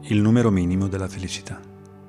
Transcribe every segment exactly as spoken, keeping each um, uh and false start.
Il numero minimo della felicità.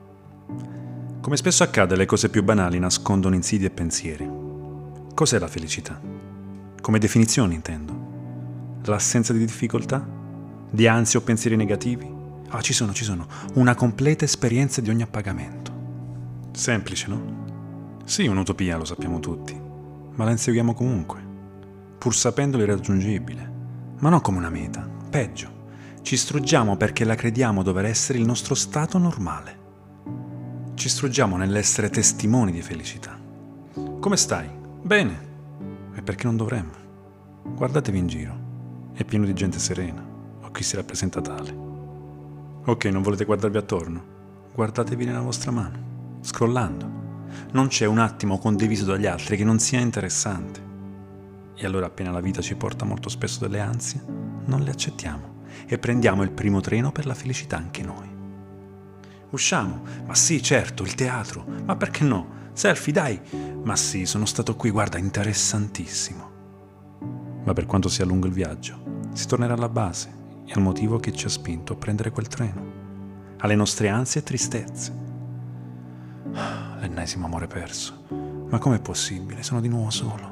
Come spesso accade, le cose più banali nascondono insidie e pensieri. Cos'è la felicità? Come definizione intendo. L'assenza di difficoltà? Di ansie o pensieri negativi? Ah, ci sono, ci sono. Una completa esperienza di ogni appagamento. Semplice, no? Sì, un'utopia, lo sappiamo tutti, ma la inseguiamo comunque, pur sapendo l'irraggiungibile, ma non come una meta, peggio. Ci struggiamo perché la crediamo dover essere il nostro stato normale. Ci struggiamo nell'essere testimoni di felicità. Come stai? Bene. E perché non dovremmo? Guardatevi in giro. È pieno di gente serena, o chi si rappresenta tale. Ok, non volete guardarvi attorno? Guardatevi nella vostra mano, scrollando. Non c'è un attimo condiviso dagli altri che non sia interessante. E allora, appena la vita ci porta molto spesso delle ansie, non le accettiamo e prendiamo il primo treno per la felicità anche noi. Usciamo? Ma sì, certo, il teatro. Ma perché no? Selfie, dai! Ma sì, sono stato qui, guarda, interessantissimo. Ma per quanto sia lungo il viaggio, si tornerà alla base e al motivo che ci ha spinto a prendere quel treno, alle nostre ansie e tristezze. L'ennesimo amore perso. Ma com'è possibile? Sono di nuovo solo.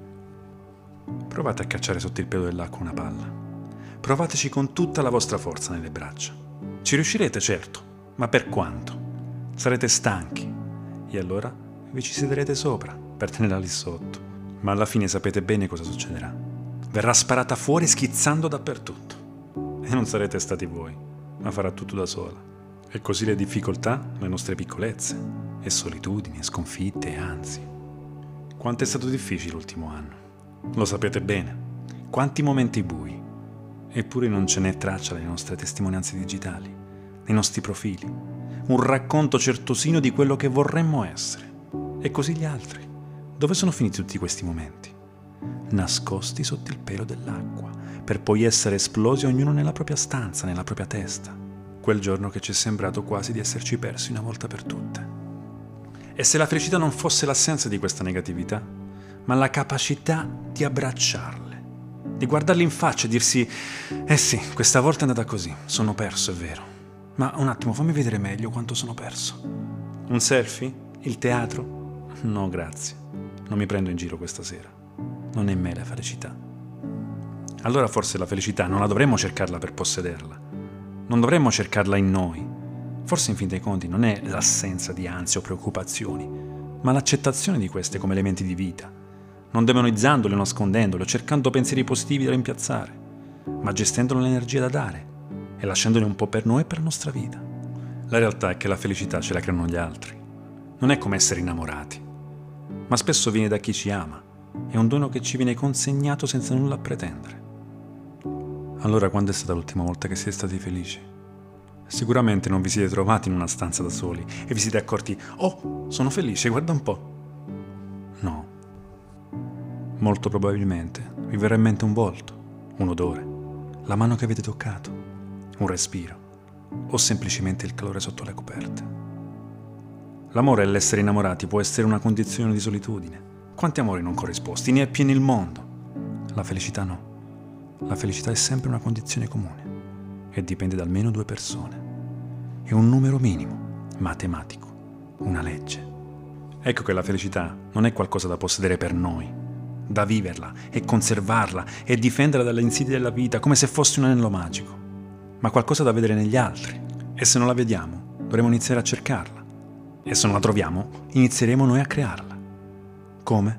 Provate a cacciare sotto il pelo dell'acqua una palla. Provateci con tutta la vostra forza nelle braccia. Ci riuscirete, certo, ma per quanto? Sarete stanchi e allora vi ci siederete sopra per tenerla lì sotto. Ma alla fine sapete bene cosa succederà. Verrà sparata fuori schizzando dappertutto. E non sarete stati voi, ma farà tutto da sola. E così le difficoltà, le nostre piccolezze, e solitudini, e sconfitte, e anzi. Quanto è stato difficile l'ultimo anno. Lo sapete bene. Quanti momenti bui. Eppure non ce n'è traccia nelle nostre testimonianze digitali, nei nostri profili. Un racconto certosino di quello che vorremmo essere. E così gli altri. Dove sono finiti tutti questi momenti? Nascosti sotto il pelo dell'acqua, per poi essere esplosi ognuno nella propria stanza, nella propria testa. Quel giorno che ci è sembrato quasi di esserci persi una volta per tutte. E se la felicità non fosse l'assenza di questa negatività, ma la capacità di abbracciarle, di guardarli in faccia e dirsi «Eh sì, questa volta è andata così, sono perso, è vero. Ma un attimo, fammi vedere meglio quanto sono perso». Un selfie? Il teatro? No, grazie. Non mi prendo in giro questa sera. Non è me la felicità. Allora forse la felicità non la dovremmo cercarla per possederla. Non dovremmo cercarla in noi. Forse in fin dei conti non è l'assenza di ansie o preoccupazioni, ma l'accettazione di queste come elementi di vita, non demonizzandole o nascondendole, o cercando pensieri positivi da rimpiazzare, ma gestendone l'energia da dare e lasciandone un po' per noi e per la nostra vita. La realtà è che la felicità ce la creano gli altri. Non è come essere innamorati, ma spesso viene da chi ci ama. È un dono che ci viene consegnato senza nulla a pretendere. Allora, quando è stata l'ultima volta che siete stati felici? Sicuramente non vi siete trovati in una stanza da soli e vi siete accorti «Oh, sono felice, guarda un po'». No. Molto probabilmente vi verrà in mente un volto, un odore, la mano che avete toccato, un respiro o semplicemente il calore sotto le coperte. L'amore e l'essere innamorati può essere una condizione di solitudine. Quanti amori non corrisposti, ne è pieno il mondo. La felicità no. La felicità è sempre una condizione comune e dipende da almeno due persone. È un numero minimo, matematico, una legge. Ecco che la felicità non è qualcosa da possedere per noi, da viverla e conservarla e difenderla dalle insidie della vita come se fosse un anello magico, ma qualcosa da vedere negli altri. E se non la vediamo, dovremo iniziare a cercarla. E se non la troviamo, inizieremo noi a crearla. Come?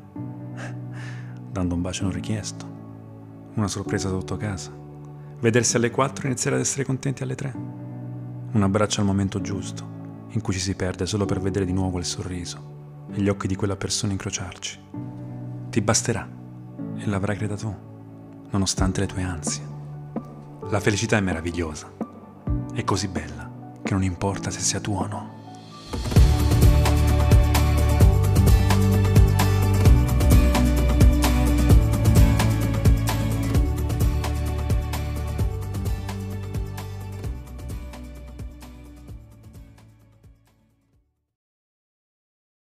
Dando un bacio non richiesto, una sorpresa sotto casa, vedersi alle quattro e iniziare ad essere contenti alle tre, un abbraccio al momento giusto, in cui ci si perde solo per vedere di nuovo quel sorriso e gli occhi di quella persona incrociarci. Ti basterà e l'avrai creata tu, nonostante le tue ansie. La felicità è meravigliosa, è così bella che non importa se sia tua o no.